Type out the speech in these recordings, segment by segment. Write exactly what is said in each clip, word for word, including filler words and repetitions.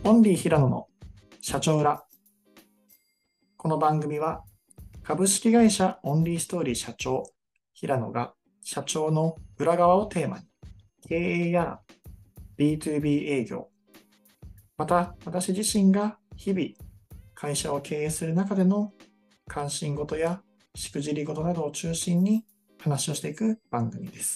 オンリー平野の社長裏。この番組は株式会社オンリーストーリー社長平野が社長の裏側をテーマに経営や ビーツービー 営業、また私自身が日々会社を経営する中での関心事やしくじり事などを中心に話をしていく番組です。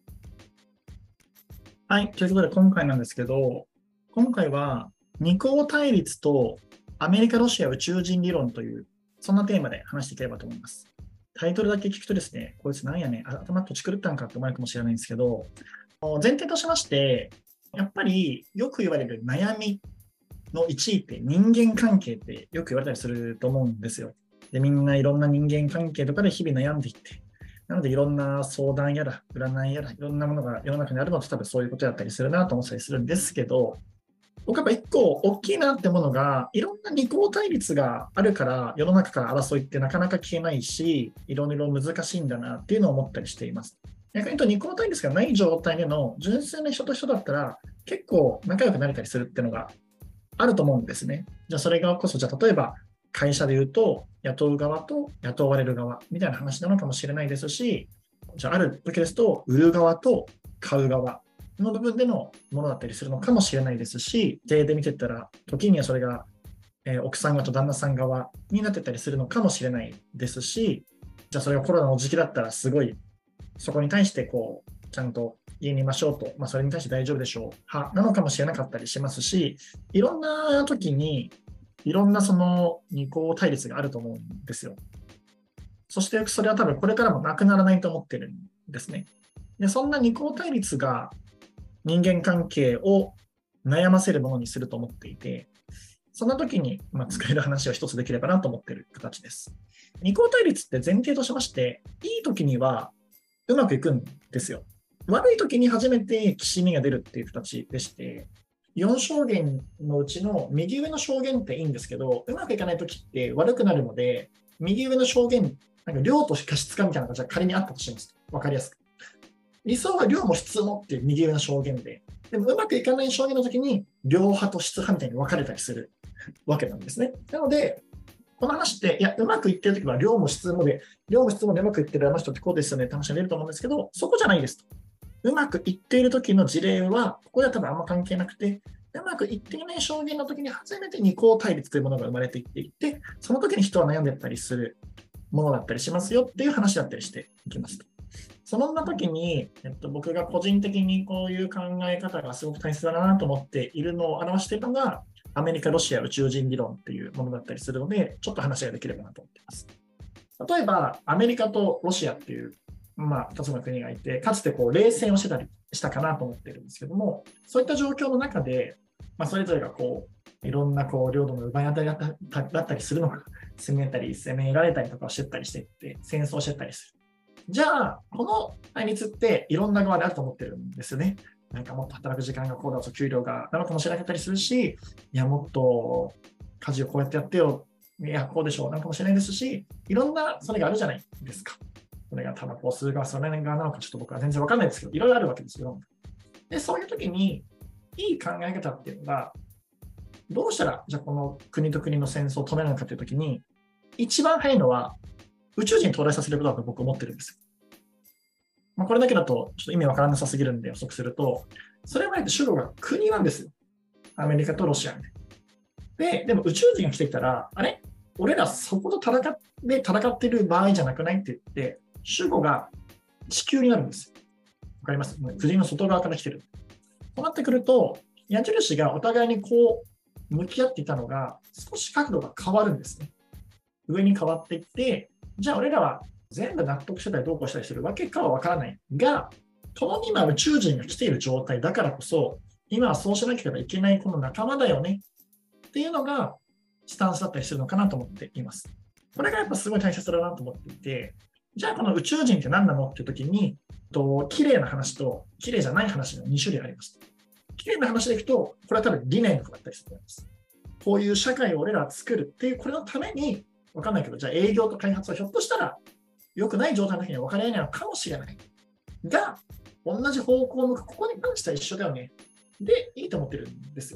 はい、ということで今回なんですけど、今回は二項対立とアメリカ・ロシア宇宙人理論という、そんなテーマで話していければと思います。タイトルだけ聞くとですね、こいつなんやねん、頭とち狂ったんかって思うかもしれないんですけど、前提としまして、やっぱりよく言われる悩みのいちいって人間関係ってよく言われたりすると思うんですよ。で、みんないろんな人間関係とかで日々悩んでいって、なのでいろんな相談やら、占いやら、いろんなものが世の中にあるのって多分そういうことだったりするなと思ったりするんですけど、僕やっぱ一個大きいなってものが、いろんな二項対立があるから世の中から争いってなかなか消えないし、いろいろ難しいんだなっていうのを思ったりしています。逆に言うと二項対立がない状態での純粋な人と人だったら結構仲良くなれたりするっていうのがあると思うんですね。じゃあそれがこそ、じゃあ例えば会社で言うと雇う側と雇われる側みたいな話なのかもしれないですし、じゃあある時ですと売る側と買う側の部分でのものだったりするのかもしれないですし、経営で見てったら時にはそれが、えー、奥さん側と旦那さん側になってたりするのかもしれないですし、じゃあそれがコロナの時期だったらすごいそこに対してこうちゃんと家にいましょうと、まあ、それに対して大丈夫でしょう派なのかもしれなかったりしますし、いろんな時にいろんなその二項対立があると思うんですよ。そしてそれは多分これからもなくならないと思ってるんですね。で、そんな二項対立が人間関係を悩ませるものにすると思っていて、そんな時に、まあ、作れる話を一つできればなと思っている形です。二項対立って前提としまして、いい時にはうまくいくんですよ。悪い時に初めてきしみが出るっていう形でして、よん証言のうちの右上の証言っていいんですけど、うまくいかない時って悪くなるので、右上の証言、なんか量と過失かみたいなのがじゃあ仮にあったとします。わかりやすく。理想は量も質もっていう右上の証言で、でもうまくいかない証言の時に量派と質派みたいに分かれたりするわけなんですね。なので、この話って、いや、うまくいってる時は量も質もで、量も質もでうまくいってるあの人ってこうですよねって話が出ると思うんですけど、そこじゃないですと。うまくいっている時の事例は、ここでは多分あんま関係なくて、うまくいっていない証言の時に初めて二項対立というものが生まれていっていて、その時に人は悩んでたりするものだったりしますよっていう話だったりしていきますと。そんな時に、えっと、僕が個人的にこういう考え方がすごく大切だなと思っているのを表しているのが、アメリカ・ロシア宇宙人理論っていうものだったりするので、ちょっと話ができればなと思っています。例えば、アメリカとロシアっていう、まあ、ふたつの国がいて、かつてこう冷戦をしてたりしたかなと思っているんですけども、そういった状況の中で、まあ、それぞれがこう、いろんなこう領土の奪い合いだったりするのか、攻めたり攻められたりとかをしてったりしていって、戦争してったりする。じゃあ、この対立っていろんな側であると思ってるんですよね。なんかもっと働く時間がこうだと給料がなのかもしれなかったりするし、いや、もっと家事をこうやってやってよ、いや、こうでしょう、なのかもしれないですし、いろんなそれがあるじゃないですか。それがタバコを吸う側、それ側なのかちょっと僕は全然わかんないですけど、いろいろあるわけですよ。で、そういう時に、いい考え方っていうのが、どうしたら、じゃあこの国と国の戦争を止めるのかという時に、一番早いのは、宇宙人到来させることだと僕は思ってるんですよ。まあ、これだけだとちょっと意味わからなさすぎるんで予測すると、それまでって主語が国なんですよ。アメリカとロシアで。で、でも宇宙人が来てきたら、あれ俺らそこと戦って戦ってる場合じゃなくないって言って、主語が地球になるんですよ。わかります？国の外側から来てる。そうなってくると、矢印がお互いにこう向き合っていたのが少し角度が変わるんですね。上に変わっていって、じゃあ俺らは全部納得してたりどうこうしたりするわけかはわからないが、共に今宇宙人が来ている状態だからこそ、今はそうしなければいけないこの仲間だよねっていうのがスタンスだったりするのかなと思っています。これがやっぱすごい大切だなと思っていて、じゃあこの宇宙人って何なのっていう時に、と綺麗な話と綺麗じゃない話のに種類あります。綺麗な話でいくと、これは多分理念とかだったりすると思います。こういう社会を俺らは作るっていう、これのために、わかんないけど、じゃあ営業と開発はひょっとしたら良くない状態の時には分かり合えないのかもしれない。が、同じ方向を向く、ここに関しては一緒だよね。で、いいと思ってるんですよ。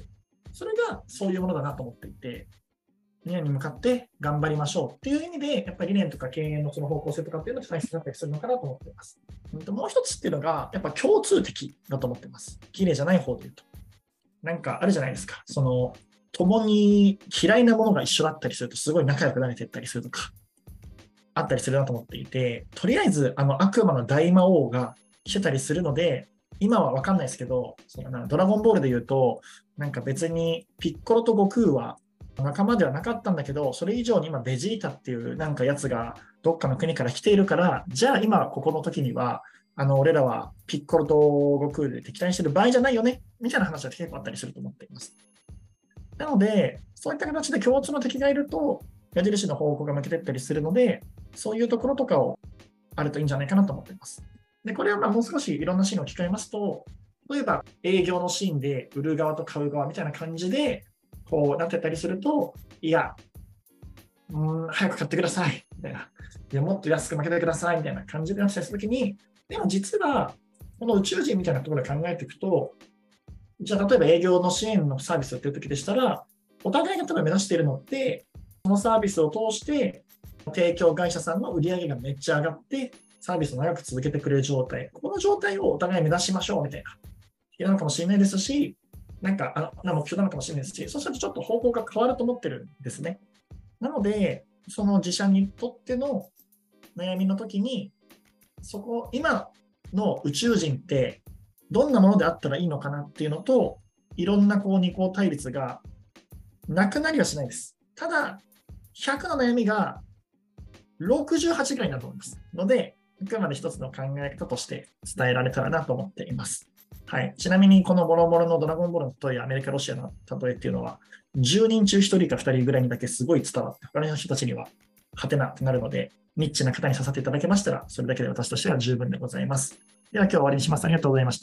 それがそういうものだなと思っていて、理念に向かって頑張りましょうっていう意味で、やっぱり理念とか経営のその方向性とかっていうのが大切だったりするのかなと思っています。もう一つっていうのが、やっぱ共通的だと思っています。綺麗じゃない方で言うと。なんかあるじゃないですか。その、共に嫌いなものが一緒だったりすると、すごい仲良くなれていったりするとか、あったりするなと思っていて、とりあえず、あの、悪魔の大魔王が来てたりするので、今は分かんないですけど、そのなドラゴンボールで言うと、なんか別にピッコロと悟空は仲間ではなかったんだけど、それ以上に今ベジータっていうなんかやつがどっかの国から来ているから、じゃあ今ここの時には、あの俺らはピッコロと悟空で敵対してる場合じゃないよね、みたいな話は結構あったりすると思っています。なので、そういった形で共通の敵がいると、矢印の方向が向けていったりするので、そういうところとかをあるといいんじゃないかなと思っています。で、これはまあもう少しいろんなシーンを置き換えますと、例えば営業のシーンで売る側と買う側みたいな感じで、こうなってたりすると、いや、うん、早く買ってください、みたいな。いや、もっと安く負けてください、みたいな感じでなったりするときに、でも実は、この宇宙人みたいなところで考えていくと、じゃあ例えば営業の支援のサービスをやってるときでしたら、お互いが多分目指しているのって、そのサービスを通して、提供会社さんの売り上げがめっちゃ上がって、サービスを長く続けてくれる状態、この状態をお互い目指しましょうみたいな、なのかもしれないですし、なんかあの目標なのかもしれないですし、そうするとちょっと方向が変わると思ってるんですね。なので、その自社にとっての悩みの時に、そこ、今の宇宙人ってどんなものであったらいいのかなっていうのと、いろんなこう二項対立がなくなりはしないです。ただ、ひゃくの悩みがろくじゅうはちぐらいになると思いますので、あくまで一つの考え方として伝えられたらなと思っています。はい、ちなみに、このボロボロのドラゴンボールの例えやアメリカ、ロシアの例えっていうのは、じゅうにん中ひとりかふたりぐらいにだけすごい伝わって、他の人たちにはハテナってなるので、ニッチな方に刺さっていただけましたら、それだけで私としては十分でございます。では今日は終わりにします。ありがとうございました。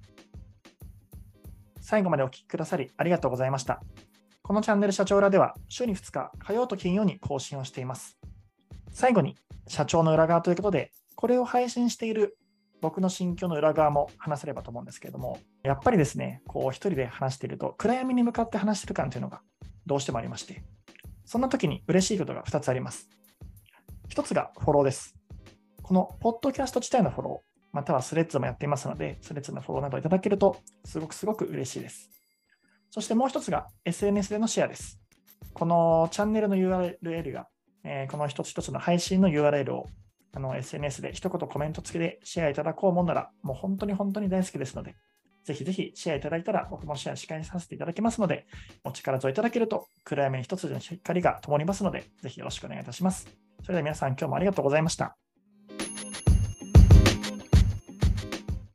最後までお聞きくださりありがとうございました。このチャンネル社長裏では週にふつか、火曜と金曜に更新をしています。最後に社長の裏側ということで、これを配信している僕の心境の裏側も話せればと思うんですけれども、やっぱりですね、こう一人で話していると暗闇に向かって話している感というのがどうしてもありまして、そんな時に嬉しいことがふたつあります。ひとつがフォローです。このポッドキャスト自体のフォロー、またはスレッズもやっていますので、スレッズのフォローなどいただけるとすごくすごく嬉しいです。そしてもう一つが エスエヌエス でのシェアです。このチャンネルの ユーアールエル が、えー、この一つ一つの配信の ユーアールエル をあの エスエヌエス で一言コメント付きでシェアいただこうもんなら、もう本当に本当に大好きですので、ぜひぜひシェアいただいたら僕もシェアし返させていただきますので、お力添えいただけると暗闇に一つの光が灯りますので、ぜひよろしくお願いいたします。それでは皆さん今日もありがとうございました。